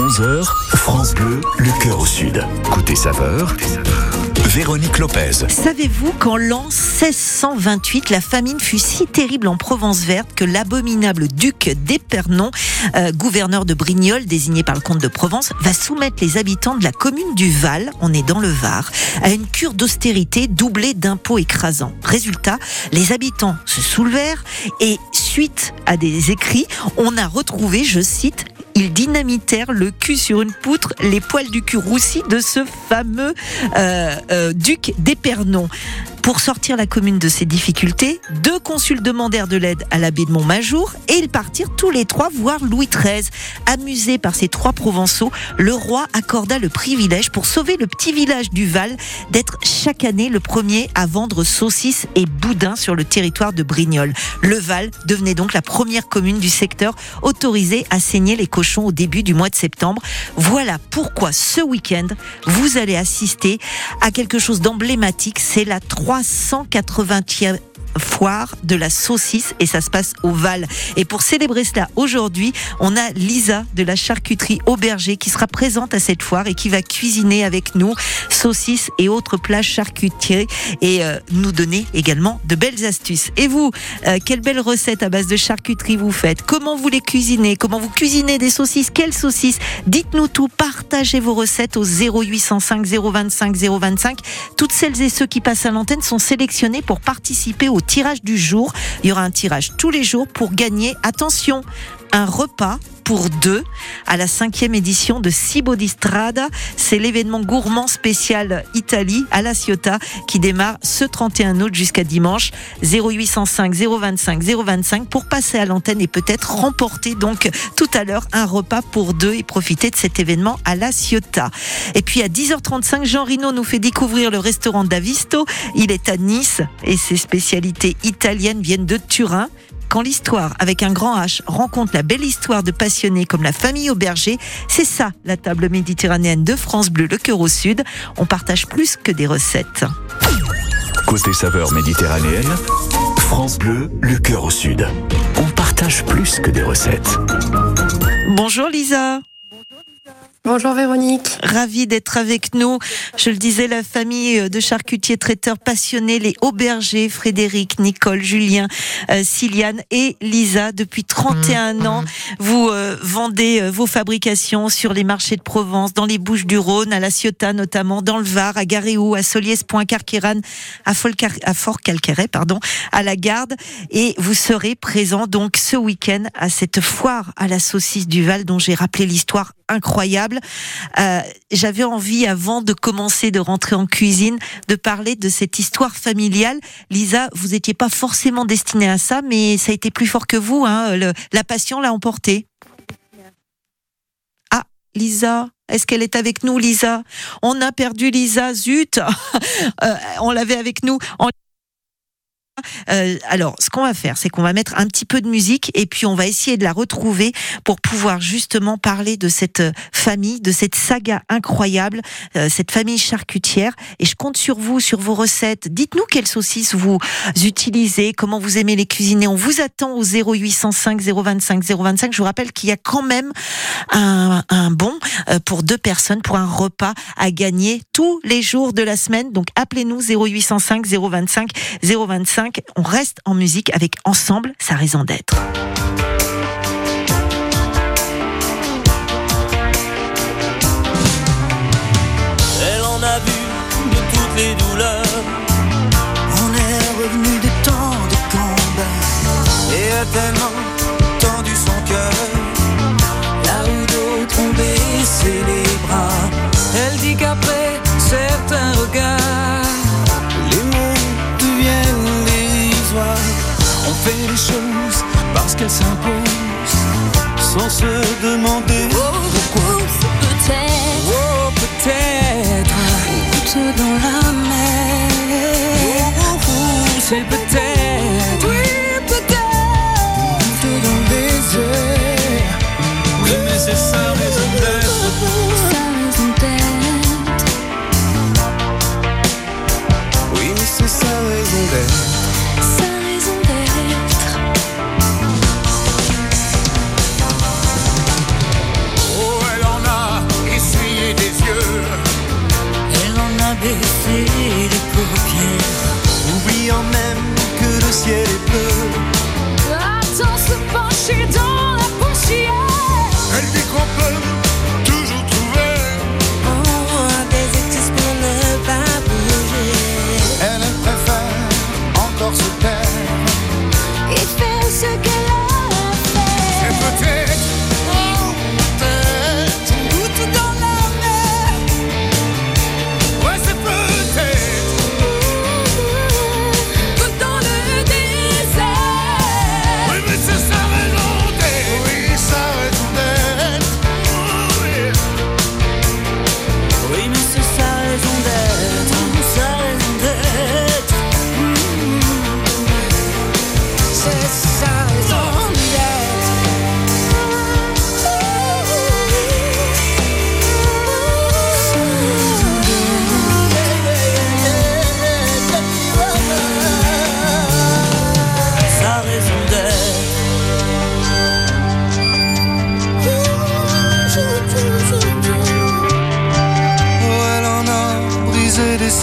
11h, France Bleu, le cœur au sud. Côté saveur, Véronique Lopez. Savez-vous qu'en l'an 1628, la famine fut si terrible en Provence verte que l'abominable duc d'Épernon, gouverneur de Brignoles, désigné par le comte de Provence, va soumettre les habitants de la commune du Val, on est dans le Var, à une cure d'austérité doublée d'impôts écrasants. Résultat, les habitants se soulevèrent et suite à des écrits, on a retrouvé, je cite, ils dynamitèrent le cul sur une poutre, les poils du cul roussis de ce fameux duc d'Épernon. Pour sortir la commune de ses difficultés, 2 consuls demandèrent de l'aide à l'abbé de Montmajour et ils partirent tous les 3 voir Louis XIII. Amusé par ces 3 Provençaux, le roi accorda le privilège pour sauver le petit village du Val d'être chaque année le premier à vendre saucisses et boudins sur le territoire de Brignoles. Le Val devenait donc la première commune du secteur autorisée à saigner les cochons au début du mois de septembre. Voilà pourquoi ce week-end, vous allez assister à quelque chose d'emblématique, c'est la 380e foire de la saucisse et ça se passe au Val. Et pour célébrer cela aujourd'hui, on a Lisa de la charcuterie au Berger qui sera présente à cette foire et qui va cuisiner avec nous saucisses et autres plats charcutiers et nous donner également de belles astuces. Et vous, quelle belle recette à base de charcuterie vous faites? Comment vous les cuisinez? Comment vous cuisinez des saucisses? Quelles saucisses? Dites-nous tout, partagez vos recettes au 0805 025 025. Toutes celles et ceux qui passent à l'antenne sont sélectionnés pour participer au tirage du jour. Il y aura un tirage tous les jours pour gagner, attention, un repas pour 2 à la 5e édition de Cibo di Strada. C'est l'événement gourmand spécial Italie à La Ciotat qui démarre ce 31 août jusqu'à dimanche. 0805 025 025 pour passer à l'antenne et peut-être remporter donc tout à l'heure un repas pour 2 et profiter de cet événement à La Ciotat. Et puis à 10h35, Jean Rino nous fait découvrir le restaurant d'Avisto. Il est à Nice et ses spécialités italiennes viennent de Turin. Quand l'histoire, avec un grand H, rencontre la belle histoire de passionnés comme la famille au Berger, c'est ça la table méditerranéenne de France Bleu, le cœur au sud. On partage plus que des recettes. Côté saveur méditerranéenne, France Bleu, le cœur au sud. On partage plus que des recettes. Bonjour Lisa. Bonjour Véronique. Ravie d'être avec nous. Je le disais, la famille de charcutiers traiteurs passionnés, les Aubergers, Frédéric, Nicole, Julien, Siliane et Lisa. Depuis 31 ans, vous vendez vos fabrications sur les marchés de Provence, dans les Bouches-du-Rhône, à La Ciotat notamment, dans le Var, à Garéou, à Soliès-Point-Carqueiranne, à Fort-Calqueret, à la Garde. Et vous serez présent donc ce week-end à cette foire à la saucisse du Val dont j'ai rappelé l'histoire incroyable. J'avais envie, avant de commencer de rentrer en cuisine, de parler de cette histoire familiale. Lisa, vous n'étiez pas forcément destinée à ça, mais ça a été plus fort que vous, hein. La passion l'a emporté. Ah, Lisa, est-ce qu'elle est avec nous, Lisa? On a perdu Lisa, zut. On l'avait avec nous. Alors, ce qu'on va faire, c'est qu'on va mettre un petit peu de musique et puis on va essayer de la retrouver pour pouvoir justement parler de cette famille, de cette saga incroyable, cette famille charcutière. Et je compte sur vous, sur vos recettes. Dites-nous quelles saucisses vous utilisez, comment vous aimez les cuisiner. On vous attend au 0805 025 025. Je vous rappelle qu'il y a quand même un bon pour 2 personnes, pour un repas à gagner tous les jours de la semaine. Donc appelez-nous 0805 025 025. On reste en musique avec Ensemble, sa raison d'être. Elle en a vu de toutes les douleurs. On est revenu de tant de combats et a tellement tendu son cœur. Là où d'autres ont baissé les bras, elle dit qu'après certains regards, les mots deviennent dérisoires. On fait les choses parce qu'elles s'imposent, sans se demander pourquoi. Peut-être, Oh, peut-être, goutte dans la mer. c'est peut-être, Oui, peut-être, goutte dans le désert. Oui, mais c'est sa raison d'être. sa raison d'être. Oui, mais c'est sa raison d'être. Sa raison d'être.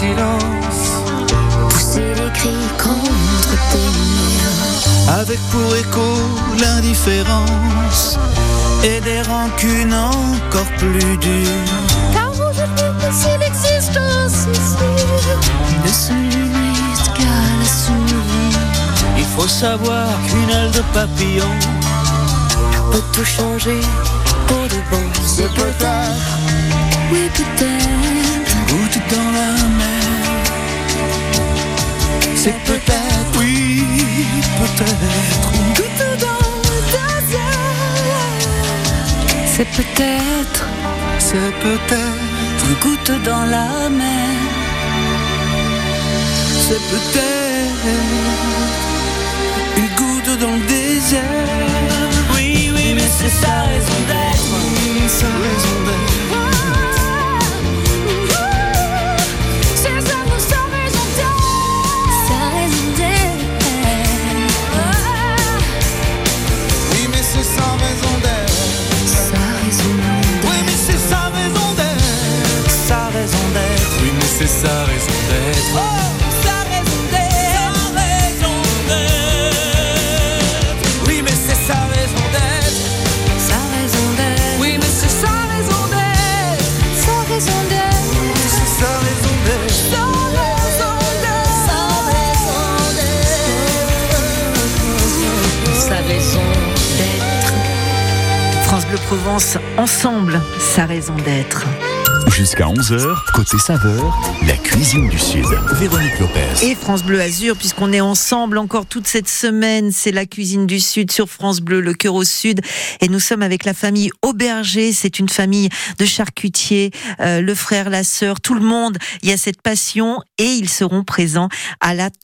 silence, Pousser les cris contre tes murs. avec pour écho l'indifférence et des rancunes encore plus dures. Car aujourd'hui, si l'existence ici ne se limite qu'à la survie, Il faut savoir qu'une aile de papillon peut tout changer pour de bon. c'est peut-être Oui, peut-être. goutte dans la mer. C'est peut-être, oui, peut-être Une goutte dans le désert. C'est peut-être c'est peut-être, une goutte dans la mer. c'est peut-être une goutte dans le désert. Oui, oui, mais c'est sa raison d'être. Sa raison d'être. C'est ça, nous sommes raison d'être. Sa raison d'être. Oui, mais c'est sa raison d'être. Sa raison d'être. Oui, mais c'est sa raison d'être. Sa raison d'être. Oui, mais c'est sa raison d'être. Sa raison d'être. Oui, mais c'est sa raison d'être. Sa raison d'être. Oui, mais c'est sa raison d'être. Sa raison d'être. C'est sa raison d'être. Sa raison d'être. Sa raison d'être. France Bleu Provence, ensemble, sa raison d'être. Jusqu'à 11h, côté saveur, la cuisine du Sud. Véronique Lopez. Et France Bleu Azur, puisqu'on est ensemble encore toute cette semaine, c'est la cuisine du Sud sur France Bleu, le cœur au Sud. Et nous sommes avec la famille Auberger. C'est une famille de charcutiers, le frère, la sœur, tout le monde. Il y a cette passion et ils seront présents à la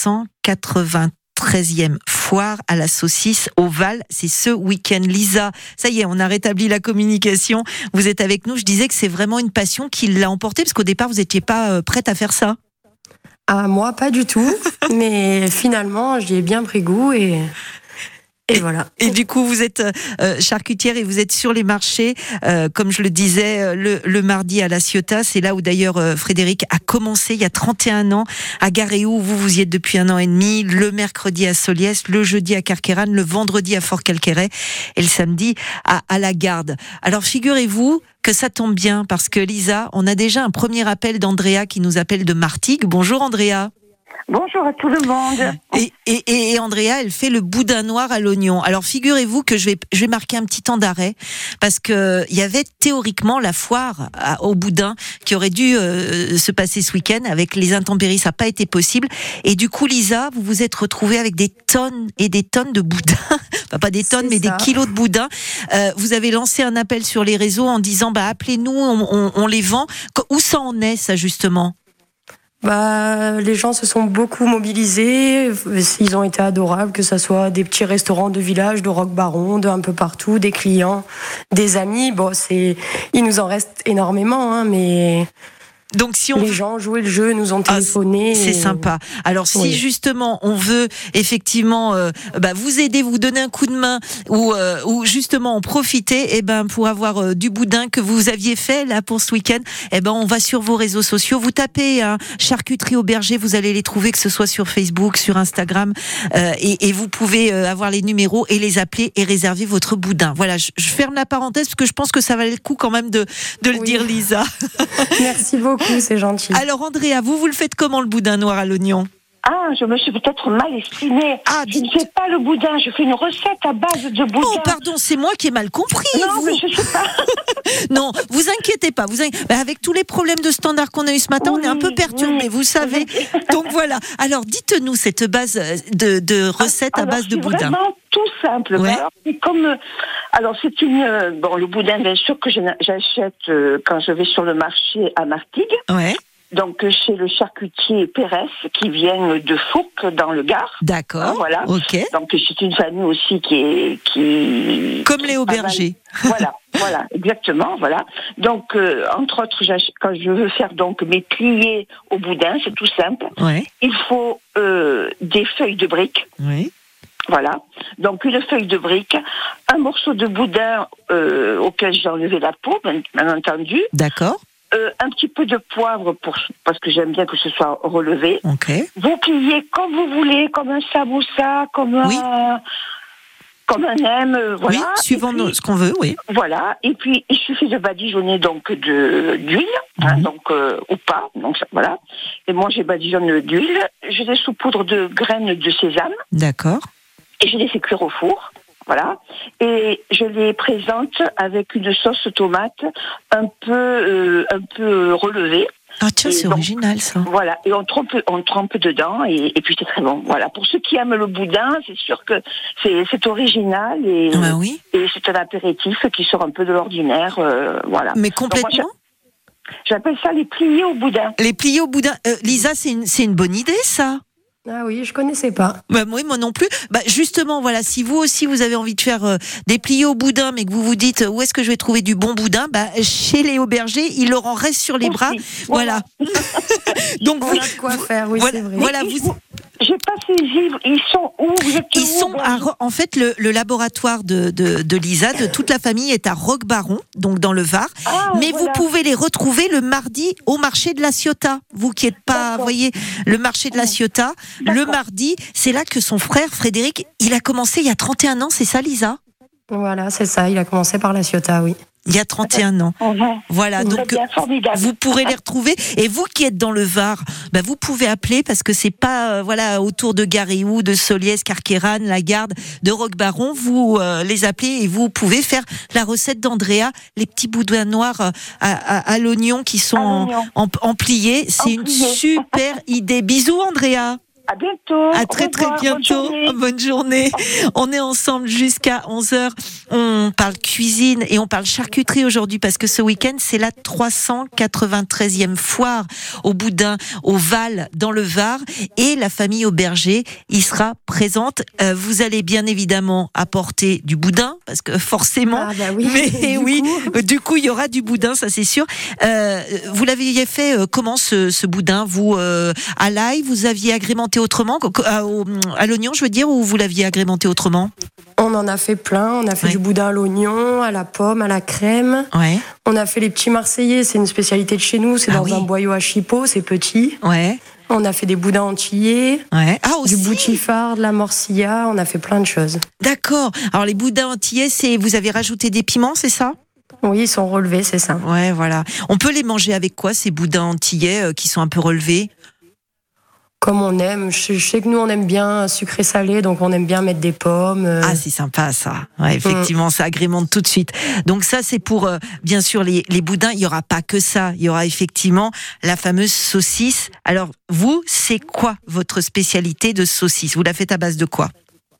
393e foire à la saucisse au Val. C'est ce week-end. Lisa, ça y est, on a rétabli la communication. Vous êtes avec nous. Je disais que c'est vraiment une passion qui l'a emporté parce qu'au départ, vous n'étiez pas prête à faire ça. Ah, moi, pas du tout. Mais finalement, j'y ai bien pris goût et voilà. Et du coup, vous êtes charcutière et vous êtes sur les marchés, comme je le disais, le mardi à La Ciotat. C'est là où d'ailleurs Frédéric a commencé il y a 31 ans à Garéou. Vous y êtes depuis 1 an et demi. Le mercredi à Soliès, le jeudi à Carqueiranne, le vendredi à Fort-Calqueret et le samedi à La Garde. Alors figurez-vous que ça tombe bien parce que Lisa, on a déjà un premier appel d'Andrea qui nous appelle de Martigues. Bonjour Andrea. Bonjour à tout le monde. Et Andrea, elle fait le boudin noir à l'oignon. Alors figurez-vous que je vais marquer un petit temps d'arrêt parce que il y avait théoriquement la foire au boudin qui aurait dû se passer ce week-end. Avec les intempéries, ça n'a pas été possible. Et du coup, Lisa, vous vous êtes retrouvée avec des tonnes et des tonnes de boudin. Enfin, pas des tonnes, mais des kilos de boudin. Vous avez lancé un appel sur les réseaux en disant appelez-nous, on les vend. Où ça en est, ça justement? Les gens se sont beaucoup mobilisés. Ils ont été adorables, que ce soit des petits restaurants de village, de Roc Baron, de un peu partout, des clients, des amis. Il nous en reste énormément, mais Donc si les gens jouaient le jeu, nous ont téléphoné. C'est sympa. Alors si justement on veut effectivement vous aider, vous donner un coup de main ou justement en profiter, pour avoir du boudin que vous aviez fait là pour ce week-end, on va sur vos réseaux sociaux, vous tapez charcuterie Auberger, vous allez les trouver, que ce soit sur Facebook, sur Instagram, et vous pouvez avoir les numéros et les appeler et réserver votre boudin. Voilà, je ferme la parenthèse parce que je pense que ça valait le coup quand même de le dire, Lisa. Merci beaucoup. C'est gentil. Alors Andrea, vous le faites comment le boudin noir à l'oignon? Ah, je me suis peut-être mal exprimée. Je ne fais pas le boudin, je fais une recette à base de boudin. Oh, pardon, c'est moi qui ai mal compris. Non, mais je ne sais pas. Non, vous inquiétez pas. Avec tous les problèmes de standard qu'on a eu ce matin, on est un peu perturbés, vous savez. Donc voilà. Alors, dites-nous cette base de recette à base de boudin. C'est vraiment tout simple. Ouais. Alors, c'est le boudin, bien sûr, que j'achète quand je vais sur le marché à Martigues. Ouais. Donc, chez le charcutier Pérez, qui vient de Fouques, dans le Gard. D'accord. Voilà. Ok. Donc, c'est une famille aussi qui comme les Auberger. Voilà, exactement, voilà. Donc, entre autres, quand je veux faire donc mes pliés au boudin, c'est tout simple. Ouais. Il faut des feuilles de briques. Oui. Voilà. Donc, une feuille de brique, un morceau de boudin auquel j'ai enlevé la peau, bien entendu. D'accord. un petit peu de poivre parce que j'aime bien que ce soit relevé. Ok. Vous pliez comme vous voulez, comme un samoussa, comme un nem, voilà. Oui, suivant ce qu'on veut, oui. Voilà. Et puis il suffit de badigeonner donc d'huile, donc ou pas, donc voilà. Et moi j'ai badigeonne d'huile. Je les saupoudre de graines de sésame. D'accord. Et je les fais cuire au four. Voilà. Et je les présente avec une sauce tomate un peu relevée. Ah tiens, c'est donc, original ça. Voilà. Et on trempe dedans et puis c'est très bon. Voilà. Pour ceux qui aiment le boudin, c'est sûr que c'est original et c'est un apéritif qui sort un peu de l'ordinaire. Voilà. Mais complètement. Donc, moi, j'appelle ça les pliés au boudin. Les pliés au boudin. Lisa, c'est une bonne idée ça. Ah oui, je connaissais pas. Bah, moi non plus. Bah, justement, voilà, si vous aussi vous avez envie de faire des pliés au boudin, mais que vous vous dites où est-ce que je vais trouver du bon boudin, bah, chez Léo Berger, il leur en reste sur les bras. Voilà. Donc on a de quoi faire, oui, voilà, c'est vrai. Voilà, J'ai pas saisi. Ils sont où? Ils sont en fait le laboratoire de Lisa, de toute la famille, est à Roquebaron, donc dans le Var. Mais vous pouvez les retrouver le mardi au marché de la Ciotat. Vous qui n'êtes pas, voyez, le marché de la Ciotat. Le mardi, c'est là que son frère Frédéric, il a commencé il y a 31 ans, c'est ça, Lisa? Voilà, c'est ça. Il a commencé par la Ciotat, oui. Il y a 31 ans. Voilà, donc vous pourrez les retrouver. Et vous qui êtes dans le Var, bah vous pouvez appeler parce que c'est pas autour de Garéou, de Soliès, Carqueiranne, La Garde, de Roquebaron. Vous les appelez et vous pouvez faire la recette d'Andrea, les petits boudins noirs à l'oignon qui sont en pliés. C'est une super idée. Bisous, Andrea. À bientôt. À très bientôt. Bonne journée. On est ensemble jusqu'à 11h. On parle cuisine et on parle charcuterie aujourd'hui parce que ce week-end, c'est la 393e foire au boudin au Val dans le Var et la famille Auberger y sera présente. Vous allez bien évidemment apporter du boudin parce que forcément. Ah bah oui. Mais du coup, il y aura du boudin, ça c'est sûr. Vous l'aviez fait comment ce boudin? Vous à l'ail, vous aviez agrémenté autrement, à l'oignon, je veux dire, ou vous l'aviez agrémenté autrement? On en a fait plein. On a fait du boudin à l'oignon, à la pomme, à la crème. Ouais. On a fait les petits Marseillais. C'est une spécialité de chez nous. C'est dans un boyau à chipot. C'est petit. Ouais. On a fait des boudins antillais. Ouais. Ah, aussi. Du boutifard, de la morcilla. On a fait plein de choses. D'accord. Alors, les boudins antillais, vous avez rajouté des piments, c'est ça? Oui, ils sont relevés, c'est ça. Ouais, voilà. On peut les manger avec quoi, ces boudins antillais qui sont un peu relevés? Comme on aime. Je sais que nous, on aime bien sucré-salé, donc on aime bien mettre des pommes. Ah, c'est sympa, ça. Ouais, effectivement, ça agrémente tout de suite. Donc ça, c'est pour, bien sûr, les boudins. Il n'y aura pas que ça. Il y aura effectivement la fameuse saucisse. Alors, vous, c'est quoi votre spécialité de saucisse? Vous la faites à base de quoi?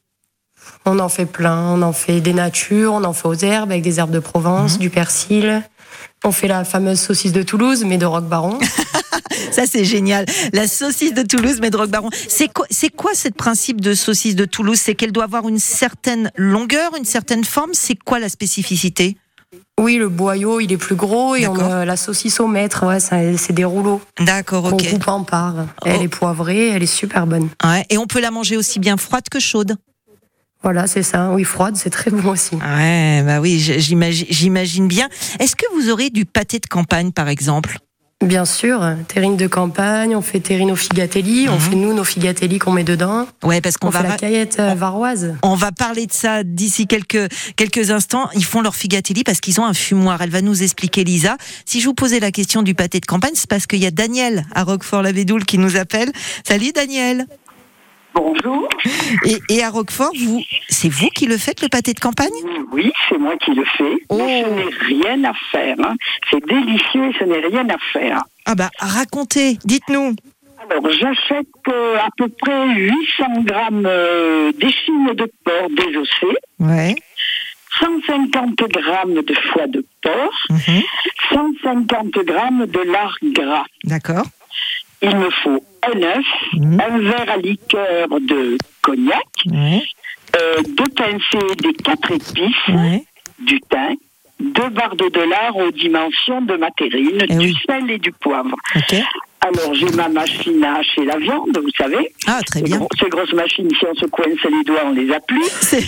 On en fait plein. On en fait des natures, on en fait aux herbes, avec des herbes de Provence, du persil. On fait la fameuse saucisse de Toulouse, mais de Roquebaron. Ça, c'est génial. La saucisse de Toulouse, mais de Roquebaron. C'est quoi ce principe de saucisse de Toulouse? C'est qu'elle doit avoir une certaine longueur, une certaine forme? C'est quoi la spécificité? Oui, le boyau, il est plus gros et on a la saucisse au mètre. Ouais, c'est des rouleaux. D'accord, ok. On coupe en parts. Elle est poivrée, elle est super bonne. Ouais, et on peut la manger aussi bien froide que chaude? Voilà, c'est ça. Oui, froide, c'est très bon aussi. Ouais, bah oui, j'imagine bien. Est-ce que vous aurez du pâté de campagne, par exemple? Bien sûr, terrine de campagne, on fait terrine au figatelli, on fait nos figatelli qu'on met dedans. Ouais, parce qu'on fait la caillette varoise. On va parler de ça d'ici quelques instants. Ils font leur figatelli parce qu'ils ont un fumoir. Elle va nous expliquer, Lisa. Si je vous posais la question du pâté de campagne, c'est parce qu'il y a Daniel à Roquefort-la-Bédoule qui nous appelle. Salut Daniel. Bonjour. Et à Roquefort, c'est vous qui le faites, le pâté de campagne? Oui, c'est moi qui le fais. Oh. Mais ce n'est rien à faire. Hein. C'est délicieux et ce n'est rien à faire. Ah bah, racontez, dites-nous. Alors, j'achète à peu près 800 grammes d'échine de porc désossée. Ouais. 150 grammes de foie de porc. 150 grammes de lard gras. D'accord. Il me faut un œuf, un verre à liqueur de cognac, 2 pincées des 4 épices, du thym, 2 barres de lard aux dimensions de ma terrine, du sel et du poivre. Okay. Alors, j'ai ma machine à hacher la viande, vous savez. Ah, très bien. Ces grosses machines, si on se coince les doigts, on les a plus.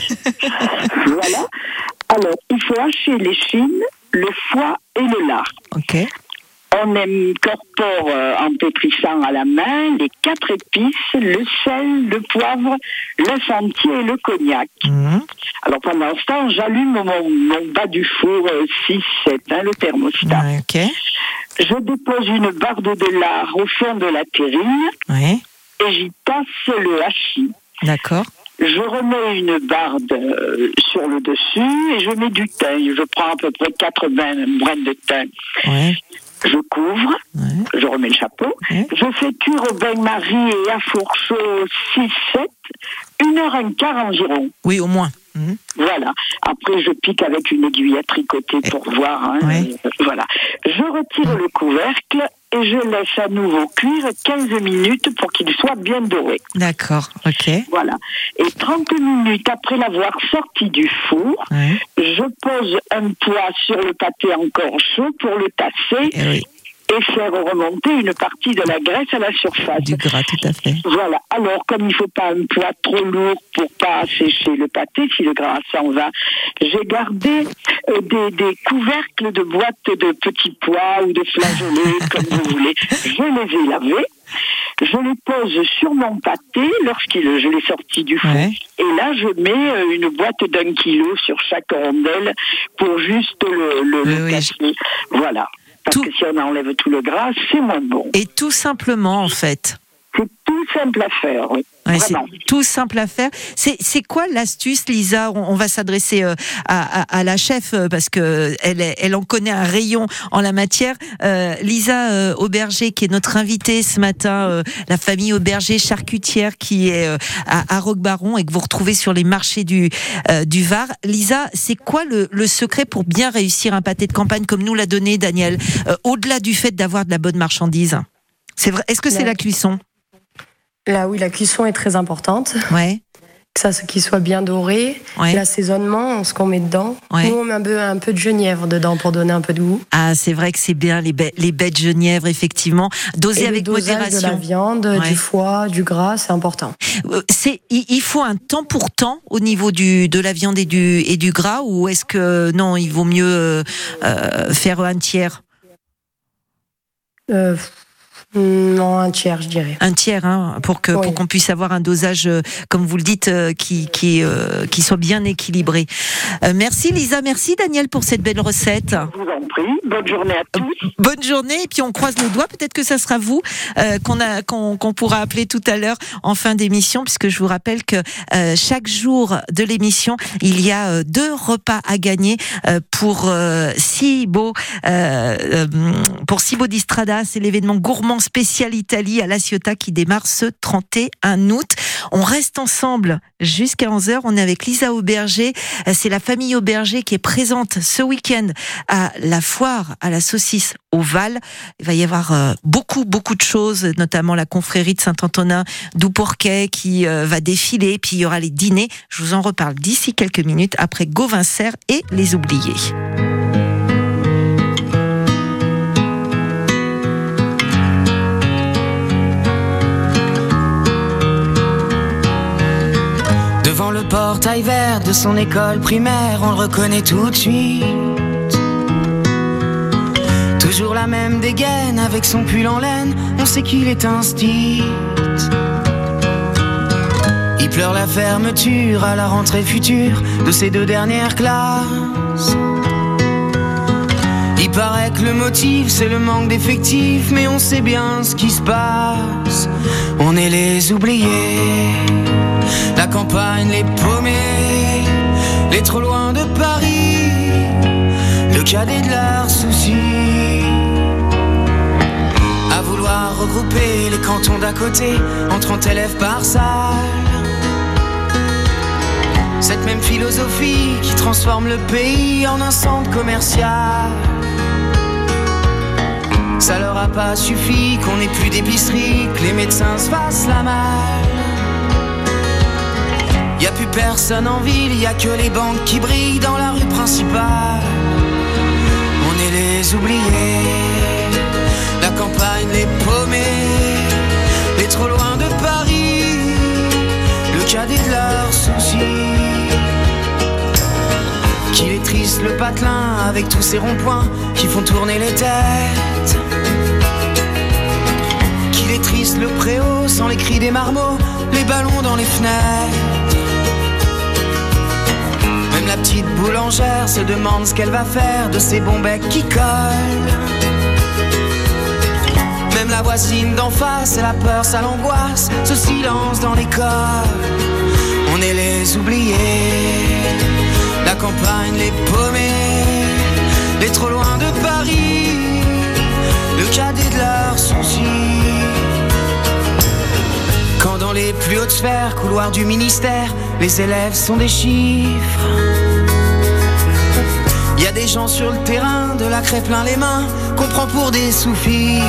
Voilà. Alors, il faut hacher l'échine, le foie et le lard. Ok. On incorpore en pétrissant à la main les 4 épices, le sel, le poivre, le sentier et le cognac. Alors pendant ce temps, j'allume mon bas du four 6-7, le thermostat. Okay. Je dépose une barde de lard au fond de la terrine et j'y tasse le hachis. D'accord. Je remets une barde sur le dessus et je mets du thym. Je prends à peu près 80 brins de thym. Ouais. Je couvre, je remets le chapeau. Je fais cuire au bain-marie et à four chaud 6-7, 1h15 environ. Oui, au moins. Voilà. Après, je pique avec une aiguille à tricoter pour voir. Voilà. Je retire le couvercle et je laisse à nouveau cuire 15 minutes pour qu'il soit bien doré. D'accord, ok. Voilà. Et 30 minutes après l'avoir sorti du four, je pose un poids sur le pâté encore chaud pour le tasser. Et faire remonter une partie de la graisse à la surface. Du gras, tout à fait. Voilà. Alors, comme il ne faut pas un poids trop lourd pour pas sécher le pâté, si le gras s'en va, j'ai gardé des couvercles de boîtes de petits pois ou de flageolets, comme vous voulez. Je les ai lavés. Je les pose sur mon pâté je l'ai sorti du four. Et là, je mets une boîte d'1 kilo sur chaque rondelle pour juste le casser. Voilà. Parce que si on enlève tout le gras, c'est moins bon. Et tout simplement, en fait. C'est tout simple à faire, oui. Ouais, c'est tout simple à faire. C'est quoi l'astuce, Lisa ? On va s'adresser à la chef parce que elle en connaît un rayon en la matière. Lisa Auberger, qui est notre invitée ce matin, la famille Auberger charcutière qui est à Roquebaron et que vous retrouvez sur les marchés du Var. Lisa, c'est quoi le secret pour bien réussir un pâté de campagne comme nous l'a donné Daniel, au-delà du fait d'avoir de la bonne marchandise ? C'est vrai. Est-ce que c'est la cuisson ? Là, oui, la cuisson est très importante. Qu'il soit bien doré. L'assaisonnement, ce qu'on met dedans. Nous, on met un peu de genièvre dedans pour donner un peu de goût. Ah, c'est vrai que c'est bien les baies de genièvre, effectivement. Doser avec modération. De la viande, du foie, du gras, c'est important. Il faut un temps pour temps au niveau de la viande et du gras, ou est-ce que non, il vaut mieux faire un tiers? Non, un tiers, je dirais. Un tiers, pour qu'on puisse avoir un dosage, comme vous le dites, qui soit bien équilibré. Merci Lisa, merci Daniel pour cette belle recette. Je vous en prie, bonne journée à tous. Bonne journée, et puis on croise les doigts, peut-être que ça sera vous qu'on pourra appeler tout à l'heure en fin d'émission, puisque je vous rappelle que chaque jour de l'émission, il y a 2 repas à gagner pour Cibo d'Istrada. C'est l'événement gourmand spécial Italie à La Ciotat qui démarre ce 31 août. On reste ensemble jusqu'à 11h. On est avec Lisa Auberger. C'est la famille Auberger qui est présente ce week-end à la foire à la saucisse au Val. Il va y avoir beaucoup de choses, notamment la confrérie de Saint-Antonin d'Ouporquet qui va défiler. Puis il y aura les dîners. Je vous en reparle d'ici quelques minutes après Gauvin Serre et Les Oubliés. Devant le portail vert de son école primaire, on le reconnaît tout de suite. Toujours la même dégaine avec son pull en laine, on sait qu'il est un stit. Il pleure la fermeture à la rentrée future de ses 2 dernières classes. Il paraît que le motif c'est le manque d'effectifs, mais on sait bien ce qui se passe. On est les oubliés, la campagne, les paumés, les trop loin de Paris, le cadet de leurs soucis. À vouloir regrouper les cantons d'à côté en 30 élèves par salle. Cette même philosophie qui transforme le pays en un centre commercial. Ça leur a pas suffi qu'on ait plus d'épicerie, que les médecins se fassent la malle. Y a plus personne en ville, y a que les banques qui brillent dans la rue principale. On est les oubliés, la campagne, les paumés, les trop loin de Paris, le cadet de leurs soucis. Qu'il est triste le patelin avec tous ces ronds-points qui font tourner les têtes. Qu'il est triste le préau sans les cris des marmots, les ballons dans les fenêtres. Même la petite boulangère se demande ce qu'elle va faire de ces bons becs qui collent. Même la voisine d'en face, elle a peur, ça l'angoisse, ce silence dans l'école. On est les oubliés, la campagne, les paumés, les trop loin de Paris, le cadet de leurs soucis. Quand dans les plus hautes sphères, couloirs du ministère, les élèves sont des chiffres. Y a des gens sur le terrain, de la craie plein les mains, qu'on prend pour des sous-fifres.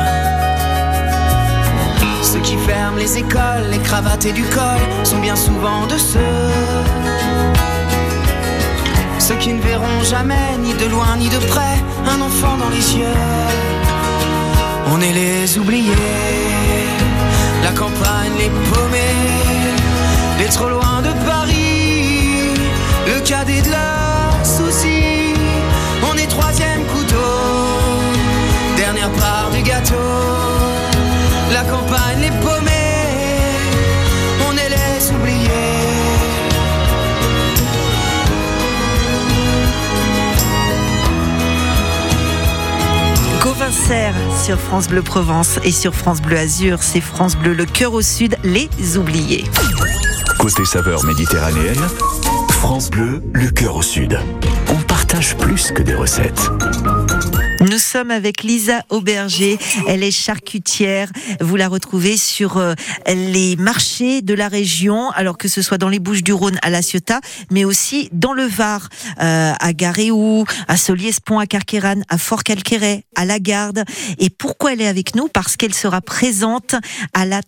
Ceux qui ferment les écoles, les cravates et du col, sont bien souvent de ceux qui ne verront jamais, ni de loin ni de près, un enfant dans les yeux. On est les oubliés, la campagne, les paumés, les trop loin de Paris, le cadet de leurs soucis. On est troisième couteau, dernière part du gâteau. La campagne, les paumés, on est les oubliés. Gauvin Serre sur France Bleu Provence et sur France Bleu Azur, c'est France Bleu, le cœur au sud, les oubliés. Côté saveurs méditerranéennes, France Bleu, le cœur au sud. On partage plus que des recettes. Nous sommes avec Lisa Auberger, elle est charcutière. Vous la retrouvez sur les marchés de la région, alors que ce soit dans les Bouches-du-Rhône à La Ciotat, mais aussi dans le Var, à Garéou, à Solliès-Pont, à Carqueiranne, à Fort-Calqueret, à La Garde. Et pourquoi elle est avec nous ? Parce qu'elle sera présente à la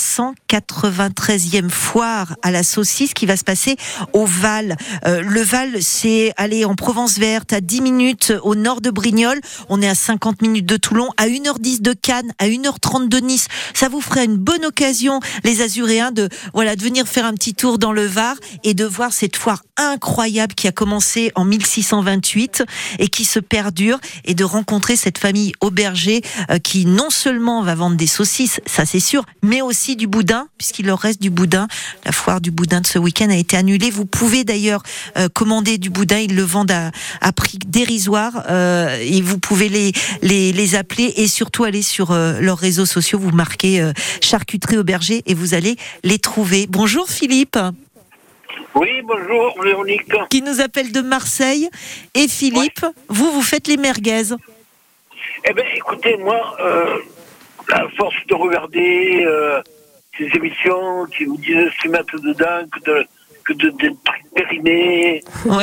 393e foire à la saucisse qui va se passer au Val. Le Val, c'est aller en Provence verte, à 10 minutes au nord de Brignoles. On est à 50 minutes de Toulon, à 1h10 de Cannes, à 1h30 de Nice. Ça vous ferait une bonne occasion, les Azuréens, de venir faire un petit tour dans le Var et de voir cette foire incroyable qui a commencé en 1628 et qui se perdure, et de rencontrer cette famille Auberger qui non seulement va vendre des saucisses, ça c'est sûr, mais aussi du boudin, puisqu'il leur reste du boudin. La foire du boudin de ce week-end a été annulée. Vous pouvez d'ailleurs commander du boudin, ils le vendent à prix dérisoire, et vous pouvez les appeler et surtout aller sur leurs réseaux sociaux, vous marquez charcuterie Auberger et vous allez les trouver. Bonjour Philippe. Oui, bonjour Véronique. Qui nous appelle de Marseille. Et Philippe, ouais. vous faites les merguez. Eh bien écoutez, moi, à force de regarder ces émissions qui vous disent ce qu'ils mettent dedans, que de trucs périmés, ouais.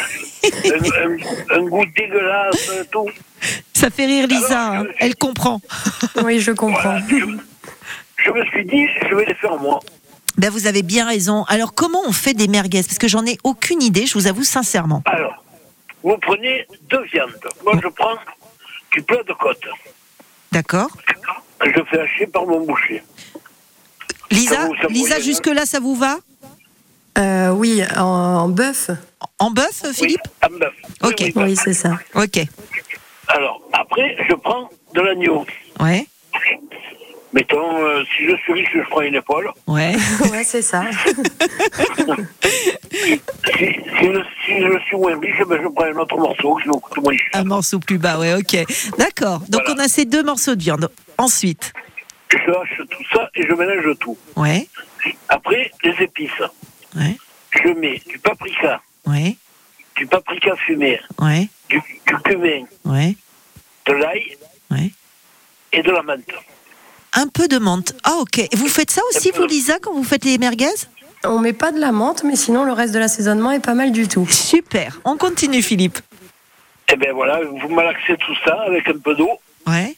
un goût dégueulasse, tout. Ça fait rire Lisa, alors, elle comprend. Oui, je comprends. Voilà, je me suis dit, je vais les faire moi. Ben vous avez bien raison. Alors comment on fait des merguez ? Parce que j'en ai aucune idée, je vous avoue sincèrement. Alors, vous prenez 2 viandes. Moi, je prends du plat de côte. D'accord. Je fais hacher par mon boucher. Lisa, jusque-là, ça vous va ? Oui, en bœuf. En bœuf, Philippe ? Oui, en bœuf. Ok. Oui, c'est ça. Ok. Alors, après, je prends de l'agneau. Ouais. Mettons, si je suis riche, je prends une épaule. Ouais. Ouais, c'est ça. si je suis moins riche, ben je prends un autre morceau qui me coûte moins cher. Un morceau plus bas, ouais, ok. D'accord. Donc voilà. On a ces 2 morceaux de viande. Ensuite, je hache tout ça et je mélange tout. Ouais. Après, les épices. Ouais. Je mets du paprika. Ouais. Du paprika fumé. Ouais. Du cumin. Ouais. De l'ail. Ouais. Et de la menthe. Un peu de menthe. Ah, ok. Et vous faites ça aussi, vous, Lisa, quand vous faites les merguez ? On met pas de la menthe, mais sinon, le reste de l'assaisonnement est pas mal du tout. Super. On continue, Philippe. Eh bien, voilà, vous malaxez tout ça avec un peu d'eau. Ouais.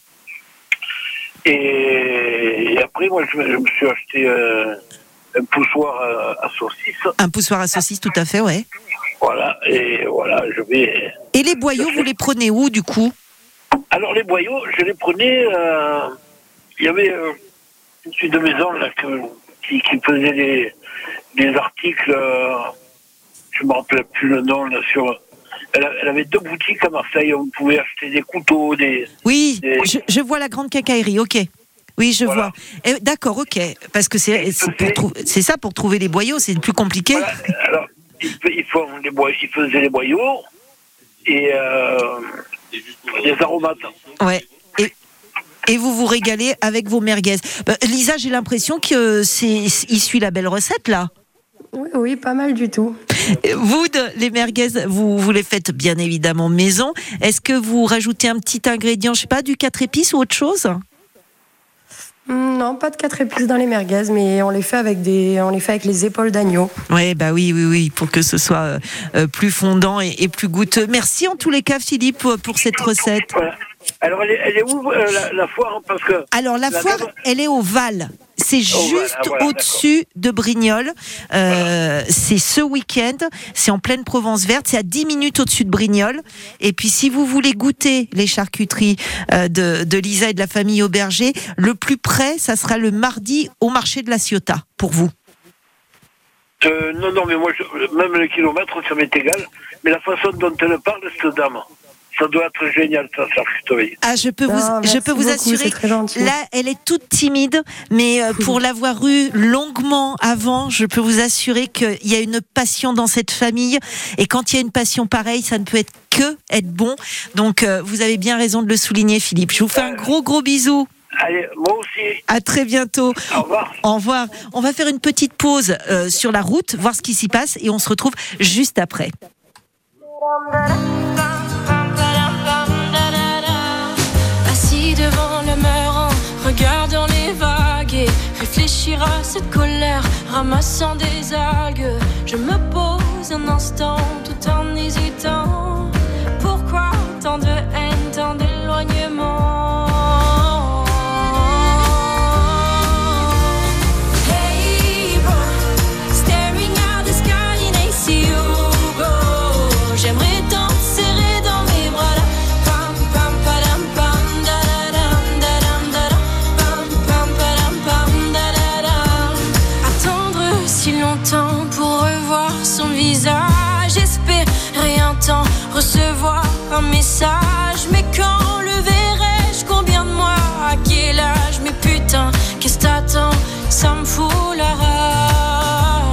Et après, moi, je me suis acheté un poussoir à saucisse. Un poussoir à saucisse, tout à fait, ouais. Voilà, et voilà, je vais... Et les boyaux, vous les prenez où, du coup ? Alors, les boyaux, je les prenais... Il y avait une maison là, qui faisait des articles je me rappelle plus le nom, là, elle avait 2 boutiques à Marseille, on pouvait acheter des couteaux, Oui, je vois la grande quincaillerie, ok. Oui, je vois. D'accord, ok. Parce que c'est ça, pour trouver les boyaux, c'est plus compliqué. Voilà. Alors, ils faisaient les boyaux et des aromates. Ouais. Et vous vous régalez avec vos merguez. Lisa, j'ai l'impression que il suit la belle recette, là. Oui, pas mal du tout. Vous, les merguez, vous les faites bien évidemment maison. Est-ce que vous rajoutez un petit ingrédient, je sais pas, du 4 épices ou autre chose ? Non, pas de 4 épices dans les merguez, mais on les fait avec les épaules d'agneau. Oui, pour que ce soit plus fondant et plus goûteux. Merci en tous les cas, Philippe, pour cette recette. Voilà. Alors, elle est où la foire, parce que Alors, la foire, elle est au Val. C'est juste au-dessus de Brignoles. C'est ce week-end. C'est en pleine Provence verte. C'est à 10 minutes au-dessus de Brignoles. Et puis, si vous voulez goûter les charcuteries de Lisa et de la famille Auberger, le plus près, ça sera le mardi au marché de la Ciotat, pour vous. Non, mais moi, même le kilomètre, ça m'est égal. Mais la façon dont elle parle, cette dame, ça doit être génial, ça, charcuterie. Ah, je peux vous assurer. Là, elle est toute timide, mais pour l'avoir eue longuement avant, je peux vous assurer qu'il y a une passion dans cette famille. Et quand il y a une passion pareille, ça ne peut être que être bon. Donc, vous avez bien raison de le souligner, Philippe. Je vous fais un gros bisou. Allez, moi aussi. À très bientôt. Au revoir. Au revoir. On va faire une petite pause sur la route, voir ce qui s'y passe, et on se retrouve juste après. Devant le mur en regardant les vagues et réfléchir à cette colère ramassant des algues. Je me pose un instant tout en hésitant. Pourquoi tant de haine, tant d'éloignement? Hey bro, staring at the sky and I see you go. J'aimerais t'en serrer dans mes bras là. Pour revoir son visage, espérer un temps recevoir un message. Mais quand le verrai-je, combien de mois, à quel âge? Mais putain, qu'est-ce t'attends? Ça me fout la rage.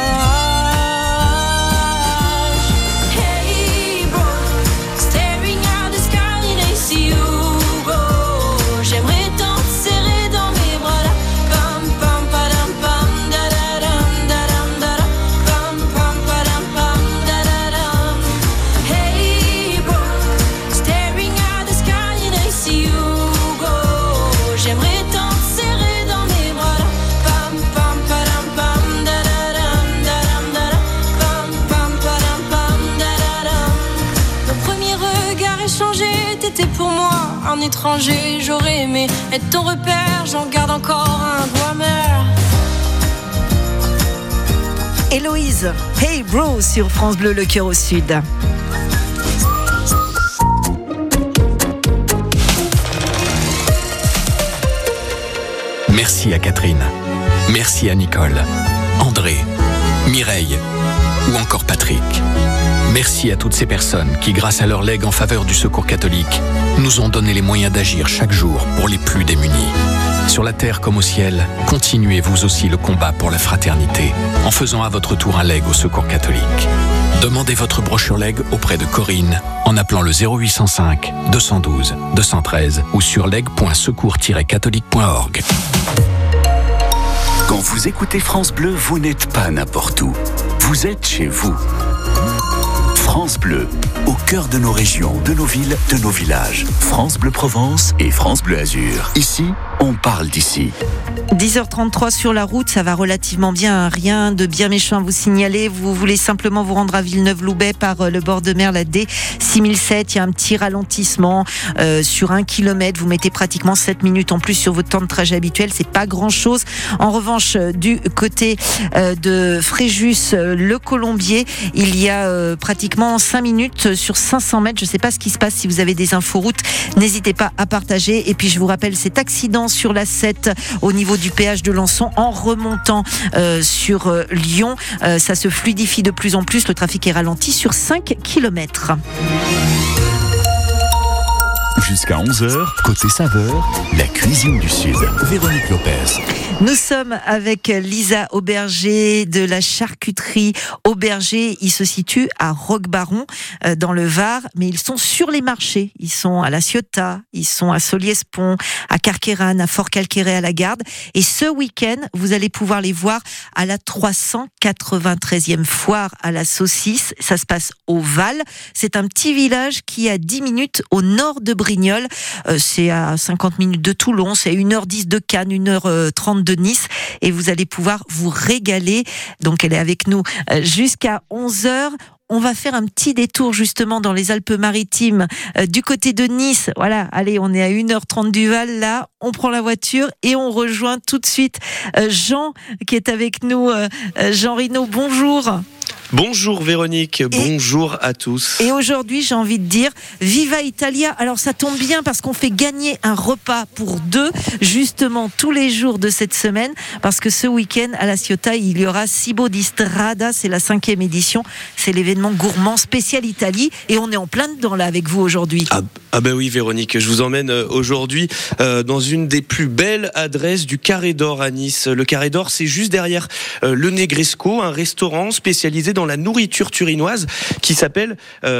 Hey bro, staring at the sky and I see you go. J'aimerais t'en serrer dans mes bras là. Pam pam padam pam da da dam da dam da da. Pam pam padam pam da da dam. Hey bro, staring at the sky and I see you go. J'aimerais t'en serrer dans mes bras là. Pam pam padam pam da da dam da dam da da. Pam pam padam pam da da dam. Nos premiers regards échangés, t'étais pour moi un étranger. J'aurais aimé être ton repère, j'en garde encore un goût amer. Héloïse, Hey Bro sur France Bleu, le cœur au sud. Merci à Catherine. Merci à Nicole, André, Mireille ou encore Patrick. Merci à toutes ces personnes qui, grâce à leur legs en faveur du Secours catholique, nous ont donné les moyens d'agir chaque jour pour les plus démunis. Sur la terre comme au ciel, continuez vous aussi le combat pour la fraternité en faisant à votre tour un leg au Secours catholique. Demandez votre brochure leg auprès de Corinne en appelant le 0805 212 213 ou sur leg.secours-catholique.org. Quand vous écoutez France Bleu, vous n'êtes pas n'importe où. Vous êtes chez vous. France Bleu, au cœur de nos régions, de nos villes, de nos villages. France Bleu Provence et France Bleu Azur. Ici, on parle d'ici. 10h33 sur la route, ça va relativement bien, rien de bien méchant à vous signaler. Vous voulez simplement vous rendre à Villeneuve-Loubet par le bord de mer, la D6007. Il y a un petit ralentissement sur 1 kilomètre. Vous mettez pratiquement 7 minutes en plus sur votre temps de trajet habituel. C'est pas grand-chose. En revanche, du côté de Fréjus, le Colombier, il y a pratiquement 5 minutes sur 500 mètres. Je ne sais pas ce qui se passe. Si vous avez des infos routes, n'hésitez pas à partager. Et puis, je vous rappelle cet accident sur la 7 au niveau du péage de Lançon en remontant sur Lyon. Ça se fluidifie de plus en plus. Le trafic est ralenti sur 5 km. Jusqu'à 11h, côté saveur, la cuisine du Sud. Véronique Lopez. Nous sommes avec Lisa Auberger de la charcuterie Auberger. Ils se situent à Roquebaron, dans le Var, mais ils sont sur les marchés. Ils sont à La Ciotat, ils sont à Solliès-Pont, à Carqueiranne, à Fort-Calqueret, à la Garde. Et ce week-end, vous allez pouvoir les voir à la 393e foire à la saucisse. Ça se passe au Val. C'est un petit village qui est à 10 minutes au nord de Brignoles. C'est à 50 minutes de Toulon, c'est à 1h10 de Cannes, 1h30 de Nice, et vous allez pouvoir vous régaler. Donc elle est avec nous jusqu'à 11h. On va faire un petit détour justement dans les Alpes-Maritimes, du côté de Nice. Voilà, allez, on est à 1h30 du Val, là, on prend la voiture et on rejoint tout de suite Jean qui est avec nous. Jean Rino, bonjour. Bonjour Véronique, bonjour à tous. Et aujourd'hui, j'ai envie de dire Viva Italia. Alors ça tombe bien parce qu'on fait gagner un repas pour deux, justement tous les jours de cette semaine, parce que ce week-end à La Ciotat, il y aura Cibo di Strada, c'est la 5e édition, c'est l'événement gourmand spécial Italie, et on est en plein dedans là avec vous aujourd'hui. Ah ben oui Véronique, je vous emmène aujourd'hui dans une des plus belles adresses du Carré d'Or à Nice. Le Carré d'Or, c'est juste derrière le Negresco, un restaurant spécialisé dans la nourriture turinoise qui s'appelle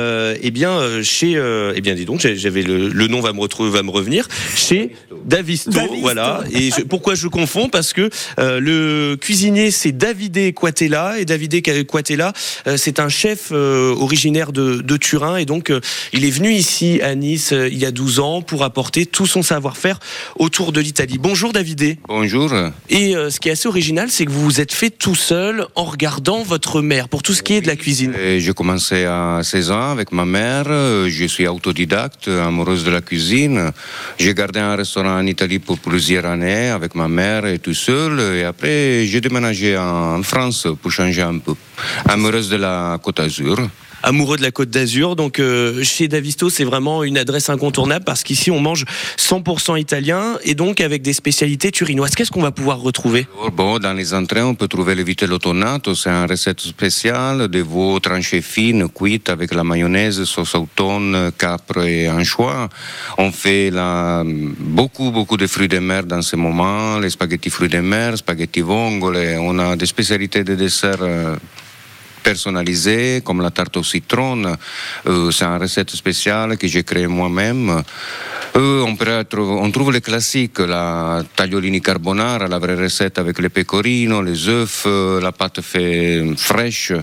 dis donc, j'avais le nom va me revenir, chez Davisto. Voilà. Et pourquoi je confonds? Parce que le cuisinier c'est Davide Quatella, et Davide Quatella c'est un chef originaire de Turin, et donc il est venu ici à Nice il y a 12 ans pour apporter tout son savoir-faire autour de l'Italie. Bonjour Davide. Bonjour. Et ce qui est assez original, c'est que vous vous êtes fait tout seul en regardant votre mère pour tout ce qui est de la cuisine. J'ai commencé à 16 ans avec ma mère. Je suis autodidacte, amoureuse de la cuisine. J'ai gardé un restaurant en Italie pour plusieurs années avec ma mère et tout seul. Et après, j'ai déménagé en France pour changer un peu. Amoureuse de la Côte d'Azur. Amoureux de la Côte d'Azur, donc chez Davisto c'est vraiment une adresse incontournable parce qu'ici on mange 100% italien et donc avec des spécialités turinoises. Qu'est-ce qu'on va pouvoir retrouver? Bon, dans les entrées on peut trouver le vitello tonnato, c'est une recette spéciale de veau tranché fine, cuite avec la mayonnaise, sauce automne, capre et anchois. On fait beaucoup de fruits de mer dans ce moment, les spaghettis fruits de mer, spaghettis vongole, on a des spécialités de dessert personnalisée, comme la tarte au citron. C'est une recette spéciale que j'ai créée moi-même. On trouve les classiques, la tagliolini carbonara, la vraie recette avec le pecorino, les œufs, la pâte fraîche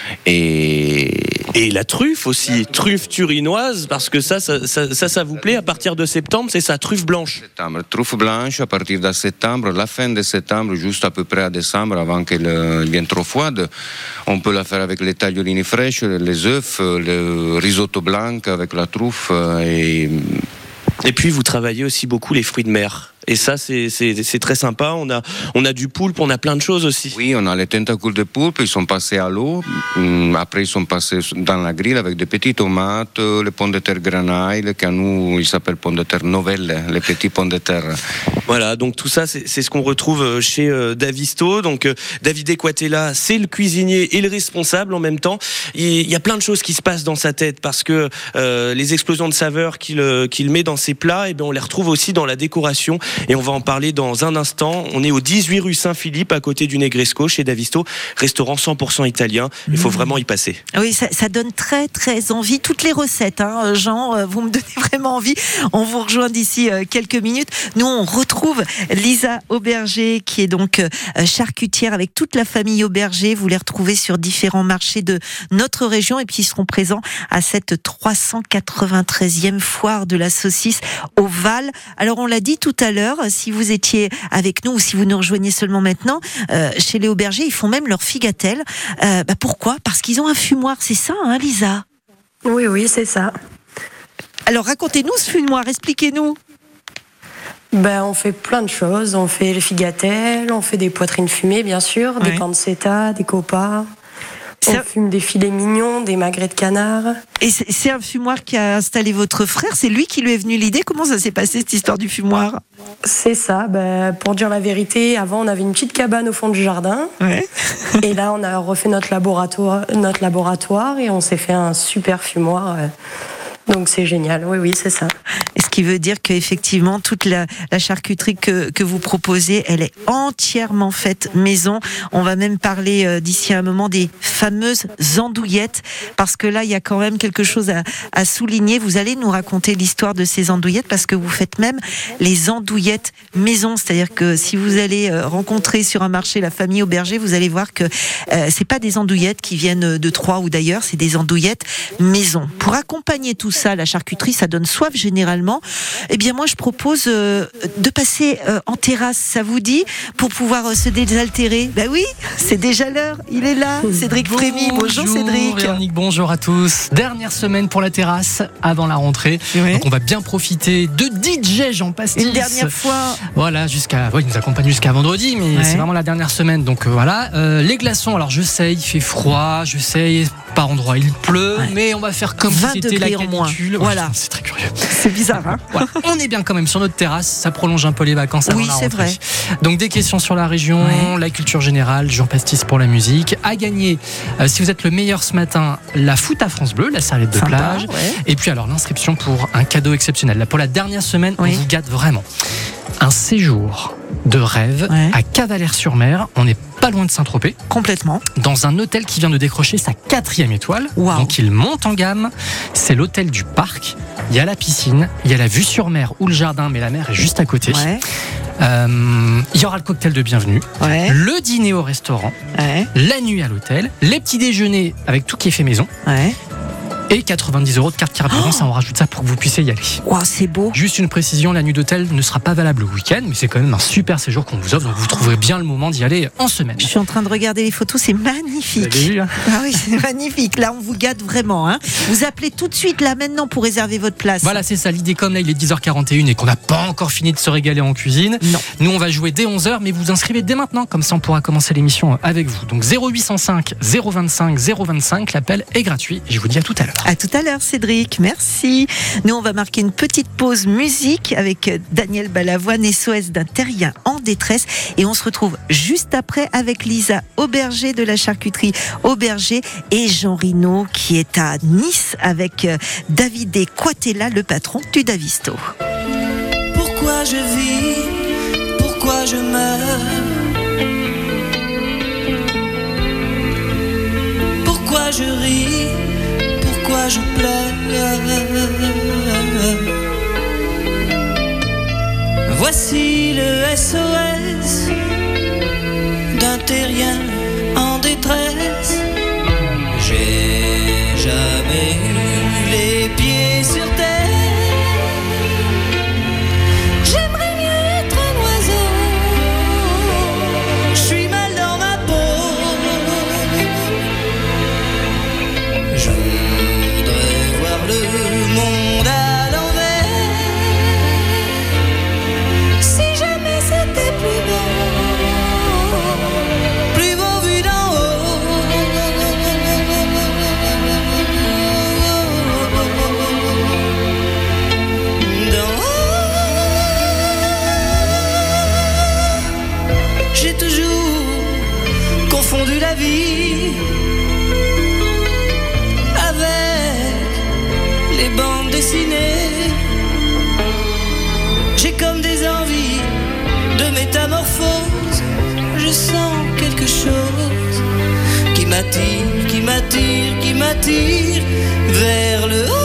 et la truffe aussi, truffe turinoise, parce que ça vous plaît à partir de septembre, c'est ça, truffe blanche. Truffe blanche à partir de septembre, la fin de septembre, juste à peu près à décembre, avant qu'elle devienne trop froide. On peut la faire avec les tagliolini fraîches, les œufs, le risotto blanc avec la truffe Et puis vous travaillez aussi beaucoup les fruits de mer. Et ça, c'est très sympa. On a du poulpe, on a plein de choses aussi. Oui, on a les tentacules de poulpe, ils sont passés à l'eau. Après, ils sont passés dans la grille avec des petites tomates, les pommes de terre grenaille, qu'à nous, ils s'appellent pommes de terre novelles, les petits pommes de terre. Voilà, donc tout ça, c'est ce qu'on retrouve chez Davisto. Donc, Davide Quatella, c'est le cuisinier et le responsable en même temps. Il y a plein de choses qui se passent dans sa tête parce que les explosions de saveurs qu'il met dans ses plats, et bien, on les retrouve aussi dans la décoration. Et on va en parler dans un instant. On est au 18 rue Saint-Philippe, à côté du Negresco, chez Davisto, restaurant 100% italien. Il faut vraiment y passer. Oui, ça donne très très envie. Toutes les recettes, hein, Jean, vous me donnez vraiment envie. On vous rejoint d'ici quelques minutes. Nous, on retrouve Lisa Auberger, qui est donc charcutière avec toute la famille Auberger. Vous les retrouvez sur différents marchés de notre région, et puis ils seront présents à cette 393e foire de la saucisse au Val. Alors, on l'a dit tout à l'heure, si vous étiez avec nous ou si vous nous rejoignez seulement maintenant, chez les Auberger, ils font même leur figatelle. Pourquoi? Parce qu'ils ont un fumoir, c'est ça, hein, Lisa? Oui, c'est ça. Alors racontez-nous ce fumoir, expliquez-nous. On fait plein de choses. On fait les figatelles, on fait des poitrines fumées, bien sûr, des pancetta, des copas. On fume des filets mignons, des magrets de canard. Et c'est un fumoir qui a installé votre frère, c'est lui qui lui est venu l'idée. Comment ça s'est passé cette histoire du fumoir ? C'est ça, pour dire la vérité, avant on avait une petite cabane au fond du jardin. Ouais. Et là on a refait notre laboratoire et on s'est fait un super fumoir. Donc c'est génial, oui, c'est ça. Ce qui veut dire qu'effectivement, toute la charcuterie que vous proposez, elle est entièrement faite maison. On va même parler d'ici à un moment des fameuses andouillettes, parce que là, il y a quand même quelque chose à souligner. Vous allez nous raconter l'histoire de ces andouillettes, parce que vous faites même les andouillettes maison. C'est-à-dire que si vous allez rencontrer sur un marché la famille Auberger, vous allez voir que c'est pas des andouillettes qui viennent de Troyes ou d'ailleurs, c'est des andouillettes maison. Pour accompagner tout ça, la charcuterie, ça donne soif généralement. Eh bien, moi, je propose de passer en terrasse, ça vous dit, pour pouvoir se désaltérer. Ben oui, c'est déjà l'heure. Il est là, Cédric Frémy. Bonjour Cédric. Véronique, bonjour à tous. Dernière semaine pour la terrasse avant la rentrée. Ouais. Donc, on va bien profiter de DJ Jean Pastis. Une dernière fois. Voilà, il nous accompagne jusqu'à vendredi, mais c'est vraiment la dernière semaine. Donc voilà, les glaçons. Alors, je sais, il fait froid, je sais, par endroits il pleut, mais on va faire comme si c'était la canicule. Voilà. C'est très curieux. C'est bizarre, hein. Voilà. On est bien quand même sur notre terrasse, ça prolonge un peu les vacances avant la rentrée. Oui, c'est vrai. Donc des questions sur la région, la culture générale, Jean Pastis pour la musique. À gagner, si vous êtes le meilleur ce matin, la foot à France Bleu, la serviette de plage. Et puis alors l'inscription pour un cadeau exceptionnel. Là, pour la dernière semaine, on vous gâte vraiment. Un séjour de rêve à Cavalère-sur-Mer. On n'est pas loin de Saint-Tropez. Complètement. Dans un hôtel qui vient de décrocher sa 4e étoile. Wow. Donc il monte en gamme. C'est l'hôtel du parc. Il y a la piscine, il y a la vue sur mer ou le jardin, mais la mer est juste à côté. Il y aura le cocktail de bienvenue, le dîner au restaurant, la nuit à l'hôtel, les petits déjeuners avec tout qui est fait maison. Et 90 € de carte carburant, ça on rajoute ça pour que vous puissiez y aller. Wow, c'est beau. Juste une précision, la nuit d'hôtel ne sera pas valable le week-end, mais c'est quand même un super séjour qu'on vous offre, donc vous trouverez bien le moment d'y aller en semaine. Je suis en train de regarder les photos, c'est magnifique. Vous avez vu, hein ? Ah oui, c'est magnifique. Là, on vous gâte vraiment. Hein. Vous appelez tout de suite là maintenant pour réserver votre place. Voilà, c'est ça. L'idée, comme là, il est 10h41 et qu'on n'a pas encore fini de se régaler en cuisine. Non. Nous, on va jouer dès 11h, mais vous inscrivez dès maintenant, comme ça on pourra commencer l'émission avec vous. Donc 0805 025 025, l'appel est gratuit. Et je vous dis à tout à l'heure. À tout à l'heure, Cédric, merci. Nous, on va marquer une petite pause musique avec Daniel Balavoine, SOS d'un terrien en détresse. Et on se retrouve juste après avec Lisa Auberger de la charcuterie Auberger et Jean Rino qui est à Nice avec David Quatella, le patron du Davisto. Pourquoi je vis, pourquoi je meurs, pourquoi je ris, pourquoi je pleure. Voici le SOS d'un terrien en détresse. J'ai jamais eu les pieds sur terre. J'aimerais mieux être un oiseau. Je suis mal dans ma peau. Je voudrais voir le monde à l'envers. Si jamais c'était plus beau vu d'en haut. D'en haut. J'ai toujours confondu la vie avec les bandes dessinées. J'ai comme des envies de métamorphose. Je sens quelque chose qui m'attire, qui m'attire, qui m'attire vers le haut.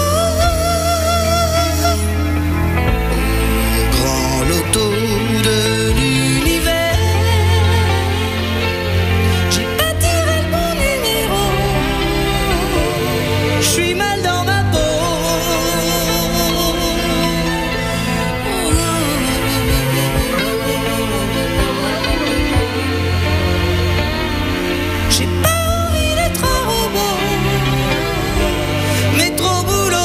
Au grand loto de l'univers, j'ai pas tiré le bon numéro. Je suis mal dans ma peau. J'ai pas envie d'être un robot, mais trop boulot.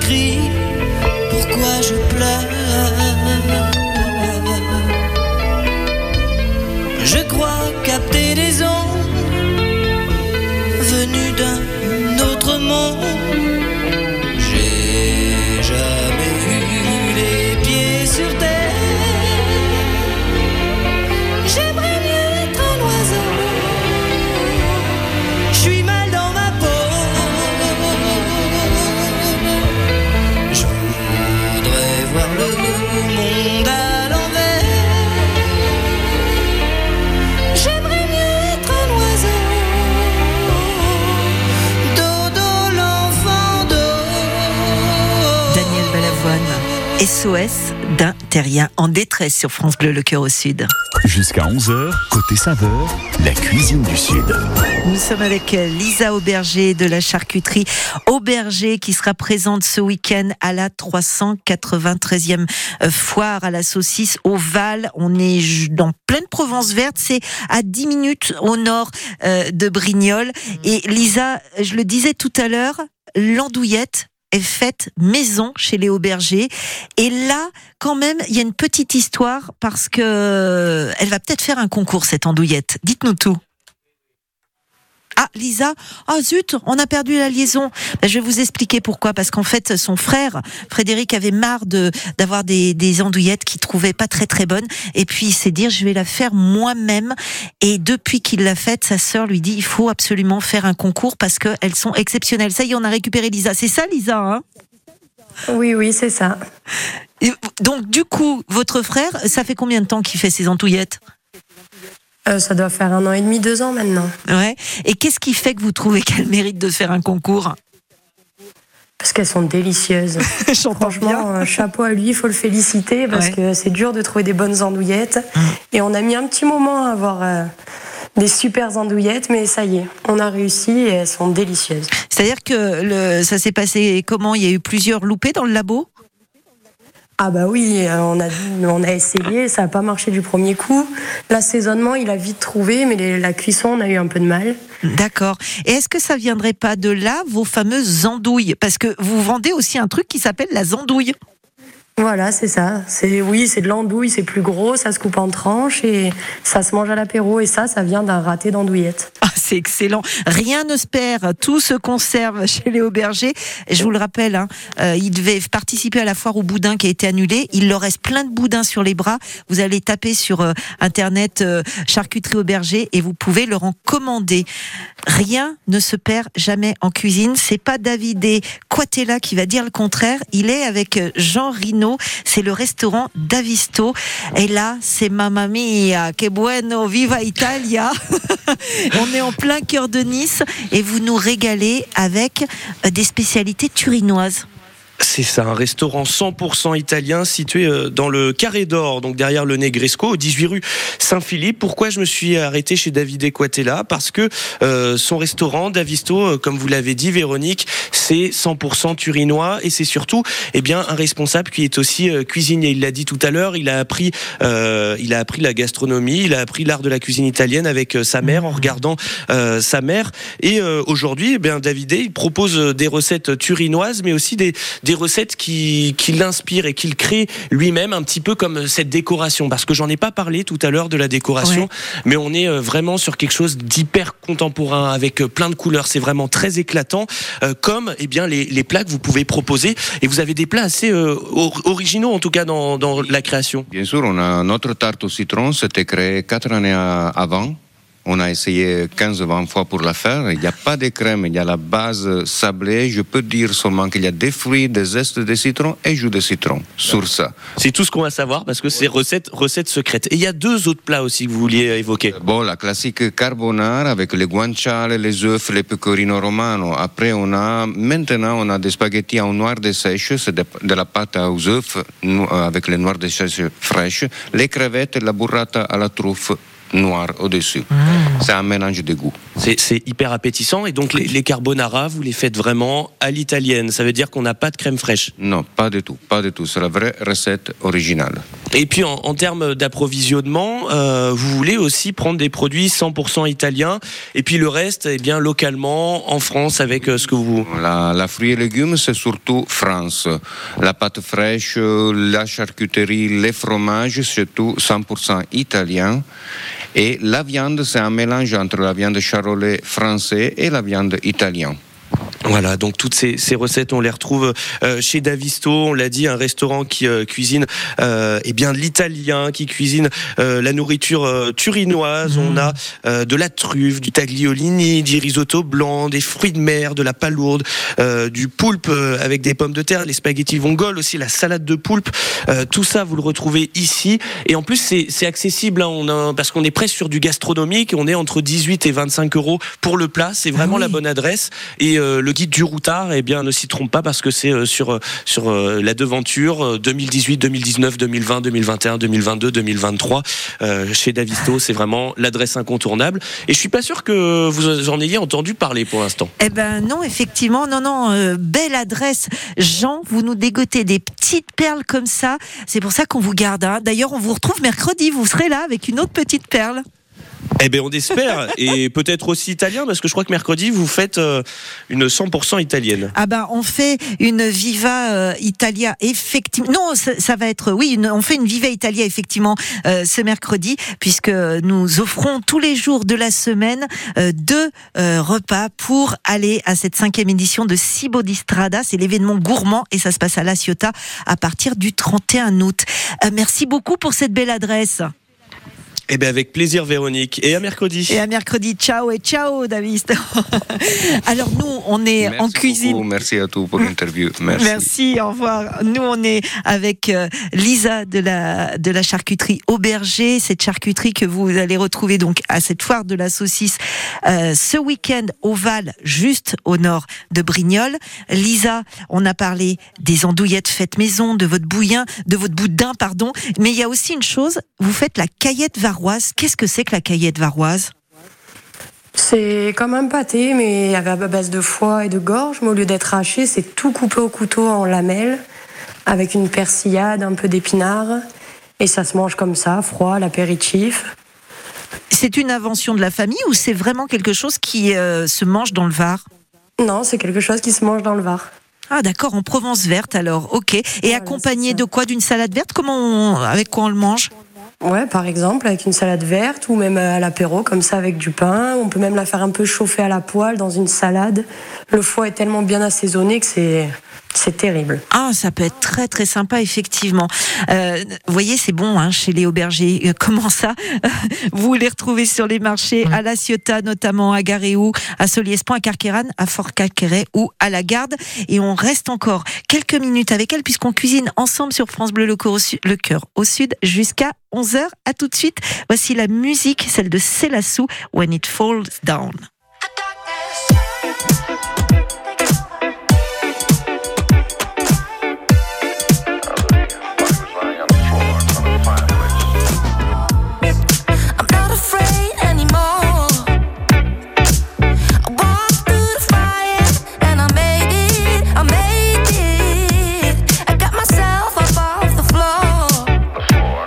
crie, pourquoi je pleure. Je crois capter des ondes venues d'un autre monde. J'ai jamais eu les pieds sur terre. J'aimerais mieux être un oiseau. Je suis mal dans ma peau. Je voudrais voir le monde à l'envers. J'aimerais mieux être un oiseau. Dodo, l'enfant d'eau. Daniel Balavoine, SOS d'un terrien en détresse sur France Bleu, le cœur au sud. Jusqu'à 11h, côté saveur, la cuisine du Sud. Nous sommes avec Lisa Auberger de la charcuterie Auberger qui sera présente ce week-end à la 393e foire à la saucisse au Val. On est dans pleine Provence verte, c'est à 10 minutes au nord de Brignoles. Et Lisa, je le disais tout à l'heure, l'andouillette est faite maison chez les Aubergers. Et là, quand même, il y a une petite histoire parce que elle va peut-être faire un concours, cette andouillette. Dites-nous tout. Ah, Lisa, zut, on a perdu la liaison. Je vais vous expliquer pourquoi. Parce qu'en fait, son frère, Frédéric, avait marre d'avoir des andouillettes qu'il trouvait pas très très bonnes. Et puis, il s'est dit, je vais la faire moi-même. Et depuis qu'il l'a faite, sa sœur lui dit, il faut absolument faire un concours parce qu'elles sont exceptionnelles. Ça y est, on a récupéré Lisa. C'est ça, Lisa, hein ? Oui, c'est ça. Et donc, du coup, votre frère, ça fait combien de temps qu'il fait ses andouillettes ? Ça doit faire 1 an et demi, 2 ans maintenant. Ouais. Et qu'est-ce qui fait que vous trouvez qu'elle mérite de faire un concours ? Parce qu'elles sont délicieuses. Franchement, chapeau à lui, il faut le féliciter parce que c'est dur de trouver des bonnes andouillettes. Et on a mis un petit moment à avoir des super andouillettes, mais ça y est, on a réussi et elles sont délicieuses. C'est-à-dire que ça s'est passé comment ? Il y a eu plusieurs loupés dans le labo ? Ah bah oui, on a essayé, ça n'a pas marché du premier coup. L'assaisonnement, il a vite trouvé, mais la cuisson, on a eu un peu de mal. D'accord. Et est-ce que ça viendrait pas de là, vos fameuses andouilles ? Parce que vous vendez aussi un truc qui s'appelle la zandouille. Voilà, c'est ça. C'est de l'andouille, c'est plus gros, ça se coupe en tranches et ça se mange à l'apéro. Et ça vient d'un raté d'andouillette. Ah, c'est excellent. Rien ne se perd, tout se conserve chez les Aubergers. Je vous le rappelle, ils devaient participer à la foire au boudin qui a été annulée. Il leur reste plein de boudins sur les bras. Vous allez taper sur internet charcuterie Auberger et vous pouvez leur en commander. Rien ne se perd jamais en cuisine. C'est pas Davide Quatella qui va dire le contraire. Il est avec Jean Rino. C'est le restaurant Davisto. Et là, c'est mamma mia, que bueno, viva Italia. On est en plein cœur de Nice et vous nous régalez avec des spécialités turinoises. C'est ça, un restaurant 100% italien situé dans le Carré d'Or, donc derrière le Negresco, au 18 rue Saint-Philippe. Pourquoi je me suis arrêté chez Davide Quatella ? Parce que son restaurant, Davisto, comme vous l'avez dit, Véronique, c'est 100% turinois et c'est surtout un responsable qui est aussi cuisinier. Il l'a dit tout à l'heure, il a appris la gastronomie, il a appris l'art de la cuisine italienne avec sa mère, en regardant sa mère. Et aujourd'hui, Davide, il propose des recettes turinoises, mais aussi des recettes qui l'inspirent et qu'il crée lui-même, un petit peu comme cette décoration, parce que j'en ai pas parlé tout à l'heure de la décoration, mais on est vraiment sur quelque chose d'hyper contemporain avec plein de couleurs, c'est vraiment très éclatant, comme les plats que vous pouvez proposer, et vous avez des plats assez originaux en tout cas dans la création. Bien sûr, on a notre tarte au citron, c'était créé 4 années avant. On a essayé 15-20 fois pour la faire. Il n'y a pas de crème, il y a la base sablée. Je peux dire seulement qu'il y a des fruits, des zestes de citron et jus de citron sur ça. C'est tout ce qu'on va savoir parce que c'est recette secrète. Et il y a 2 autres plats aussi que vous vouliez évoquer. Bon, la classique carbonara avec les guanciale, les œufs, les pecorino romano. Après, maintenant, on a des spaghettis en noir de sèche, c'est de la pâte aux œufs avec les noirs de sèche fraîches, les crevettes et la burrata à la truffe noir au-dessus. C'est un mélange de goûts. C'est hyper appétissant. Et donc les carbonara, vous les faites vraiment à l'italienne. Ça veut dire qu'on n'a pas de crème fraîche? Non, pas du tout. C'est la vraie recette originale. Et puis en termes d'approvisionnement, vous voulez aussi prendre des produits 100% italiens et puis le reste, eh bien localement en France avec ce que vous... La fruits et légumes, c'est surtout France. La pâte fraîche, la charcuterie, les fromages, c'est tout 100% italien. Et la viande, c'est un mélange entre la viande charolais français et la viande italienne. Voilà, donc toutes ces recettes, on les retrouve chez Davisto. On l'a dit, un restaurant qui cuisine eh bien l'italien, qui cuisine la nourriture turinoise. On a de la truffe, du tagliolini, du risotto blanc, des fruits de mer, de la palourde, du poulpe avec des pommes de terre, les spaghettis vongole aussi, la salade de poulpe. Tout ça, vous le retrouvez ici. Et en plus, c'est accessible, hein, parce qu'on est presque sur du gastronomique. On est entre 18 et 25 euros pour le plat. C'est vraiment la bonne adresse. Et le guide du routard, eh bien, ne s'y trompe pas parce que c'est sur la devanture 2018, 2019, 2020, 2021, 2022, 2023 chez Davisto. C'est vraiment l'adresse incontournable. Et je suis pas sûr que vous en ayez entendu parler pour l'instant. Eh ben non, effectivement, non. Belle adresse, Jean. Vous nous dégotez des petites perles comme ça. C'est pour ça qu'on vous garde. Hein. D'ailleurs, on vous retrouve mercredi. Vous serez là avec une autre petite perle. Eh bien, on espère, et peut-être aussi italien, parce que je crois que mercredi, vous faites une 100% italienne. Ah ben, on fait une Viva Italia, effectivement. Non, ça va être, on fait une Viva Italia, effectivement, ce mercredi, puisque nous offrons tous les jours de la semaine 2 repas pour aller à cette 5e édition de Cibo di Strada. C'est l'événement gourmand, et ça se passe à La Ciotat à partir du 31 août. Merci beaucoup pour cette belle adresse. Eh bien, avec plaisir, Véronique. Et à mercredi. Ciao et ciao, David. Alors, nous, on est merci en cuisine. Beaucoup. Merci à tous pour l'interview. Merci, au revoir. Nous, on est avec Lisa de la charcuterie Auberger. Cette charcuterie que vous allez retrouver donc à cette foire de la saucisse ce week-end au Val, juste au nord de Brignoles. Lisa, on a parlé des andouillettes faites maison, de votre boudin, pardon. Mais il y a aussi une chose, vous faites la caillette varoise. Qu'est-ce que c'est que la caillette varoise ? C'est comme un pâté, mais à base de foie et de gorge. Mais au lieu d'être haché, c'est tout coupé au couteau en lamelles, avec une persillade, un peu d'épinards. Et ça se mange comme ça, froid, l'apéritif. C'est une invention de la famille ou c'est vraiment quelque chose qui se mange dans le Var ? Non, c'est quelque chose qui se mange dans le Var. Ah d'accord, en Provence verte alors, ok. Et voilà, accompagné de quoi ? D'une salade verte ? Avec quoi on le mange ? Ouais, par exemple, avec une salade verte ou même à l'apéro, comme ça, avec du pain. On peut même la faire un peu chauffer à la poêle dans une salade. Le foie est tellement bien assaisonné que c'est terrible. Ah, ça peut être très très sympa, effectivement. Vous voyez, c'est bon hein, chez les aubergers. Comment ça ? Vous les retrouvez sur les marchés à La Ciotat, notamment à Garéou, à Soliès-Point, à Carqueiranne, à Fort-Calqueret ou à La Garde. Et on reste encore quelques minutes avec elle puisqu'on cuisine ensemble sur France Bleu, le cœur au sud, jusqu'à 11h. À tout de suite. Voici la musique, celle de Célassou, When It Falls Down.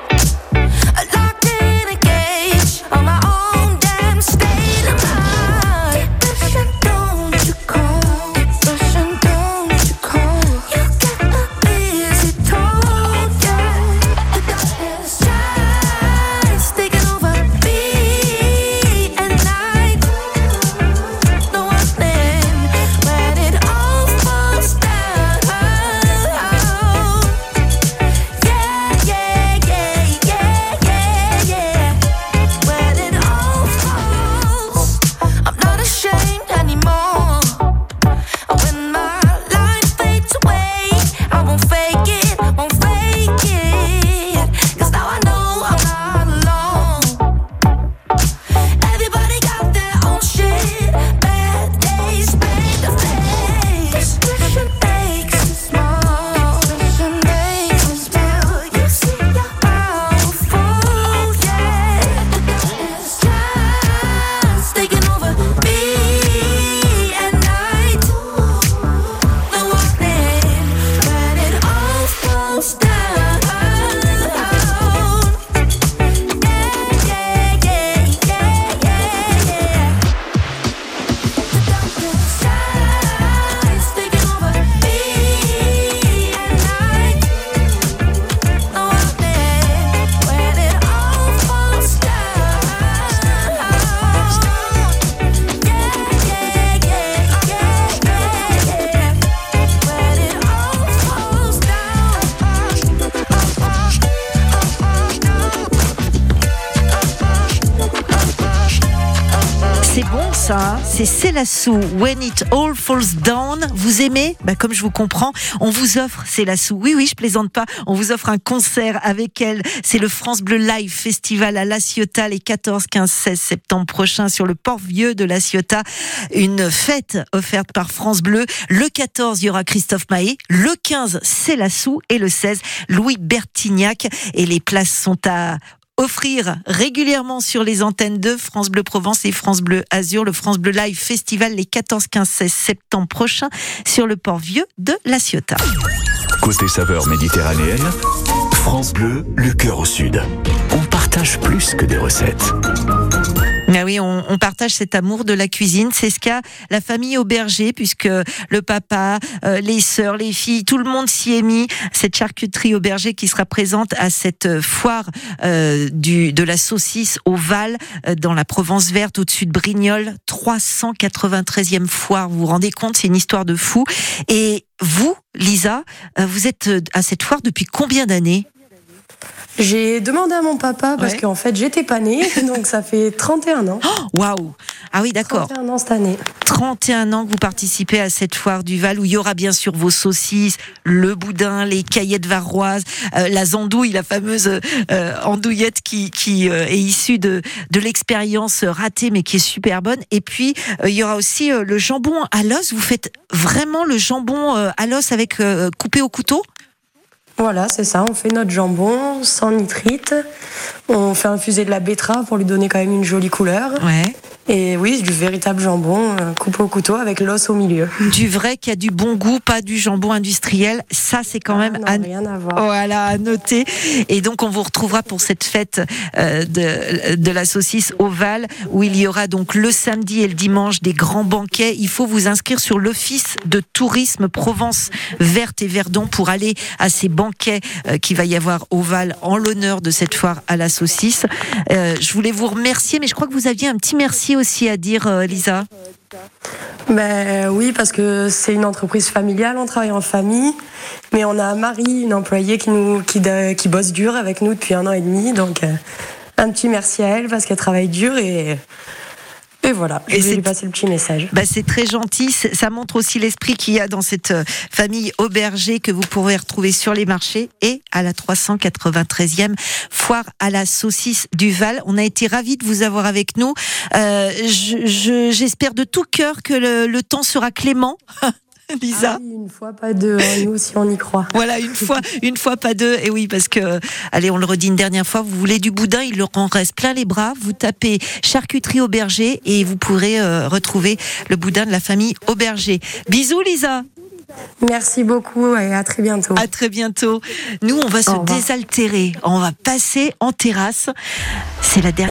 Locked in a cage on my own damn state of mind. ça, c'est Célassou, When It All Falls Down. Vous aimez ? Comme je vous comprends, on vous offre Célassou. Oui, je plaisante pas. On vous offre un concert avec elle. C'est le France Bleu Live Festival à La Ciotat les 14, 15, 16 septembre prochains sur le port vieux de La Ciotat. Une fête offerte par France Bleu. Le 14, il y aura Christophe Mahé. Le 15, Célassou. Et le 16, Louis Bertignac. Et les places sont à offrir régulièrement sur les antennes de France Bleu Provence et France Bleu Azur, le France Bleu Live Festival les 14, 15, 16 septembre prochains sur le port vieux de La Ciotat. Côté saveur méditerranéenne, France Bleu, le cœur au sud. On partage plus que des recettes. Ah oui, on partage cet amour de la cuisine. C'est ce qu'a la famille Auberger, puisque le papa, les sœurs, les filles, tout le monde s'y est mis. Cette charcuterie Auberger qui sera présente à cette foire de la saucisse au Val, dans la Provence verte, au-dessus de Brignoles. 393e foire, vous vous rendez compte, c'est une histoire de fou. Et vous, Lisa, vous êtes à cette foire depuis combien d'années ? J'ai demandé à mon papa parce qu'en fait j'étais pas née, donc ça fait 31 ans. Waouh! Ah oui, d'accord. 31 ans cette année. 31 ans que vous participez à cette foire du Val où il y aura bien sûr vos saucisses, le boudin, les caillettes varoises, la zandouille, la fameuse andouillette qui est issue de l'expérience ratée mais qui est super bonne. Et puis il y aura aussi le jambon à l'os. Vous faites vraiment le jambon à l'os avec coupé au couteau ? Voilà, c'est ça, on fait notre jambon sans nitrite, on fait infuser de la betterave pour lui donner quand même une jolie couleur. Ouais. Et oui, du véritable jambon coupé au couteau avec l'os au milieu. Du vrai qui a du bon goût, pas du jambon industriel. Ça, c'est quand même rien à voir. Voilà, à noter. Et donc, on vous retrouvera pour cette fête de la saucisse au Val, où il y aura donc le samedi et le dimanche des grands banquets. Il faut vous inscrire sur l'Office de tourisme Provence Verte et Verdon pour aller à ces banquets qu'il va y avoir au Val en l'honneur de cette foire à la saucisse. Je voulais vous remercier, mais je crois que vous aviez un petit merci aussi à dire, Lisa. Oui, parce que c'est une entreprise familiale, on travaille en famille, mais on a Marie, une employée qui bosse dur avec nous depuis 1 an et demi, donc un petit merci à elle parce qu'elle travaille dur et voilà, je vais lui passer le petit message. C'est très gentil, ça montre aussi l'esprit qu'il y a dans cette famille Auberger que vous pourrez retrouver sur les marchés et à la 393e foire à la saucisse du Val. On a été ravis de vous avoir avec nous. J'espère de tout cœur que le temps sera clément. Lisa. Oui, une fois pas deux, nous aussi on y croit. Voilà, une fois pas deux. Et oui, parce que, allez, on le redit une dernière fois, vous voulez du boudin, il leur en reste plein les bras. Vous tapez charcuterie Auberger et vous pourrez retrouver le boudin de la famille Auberger. Bisous, Lisa. Merci beaucoup et à très bientôt. À très bientôt. Nous, on va se désaltérer. On va passer en terrasse. C'est la dernière.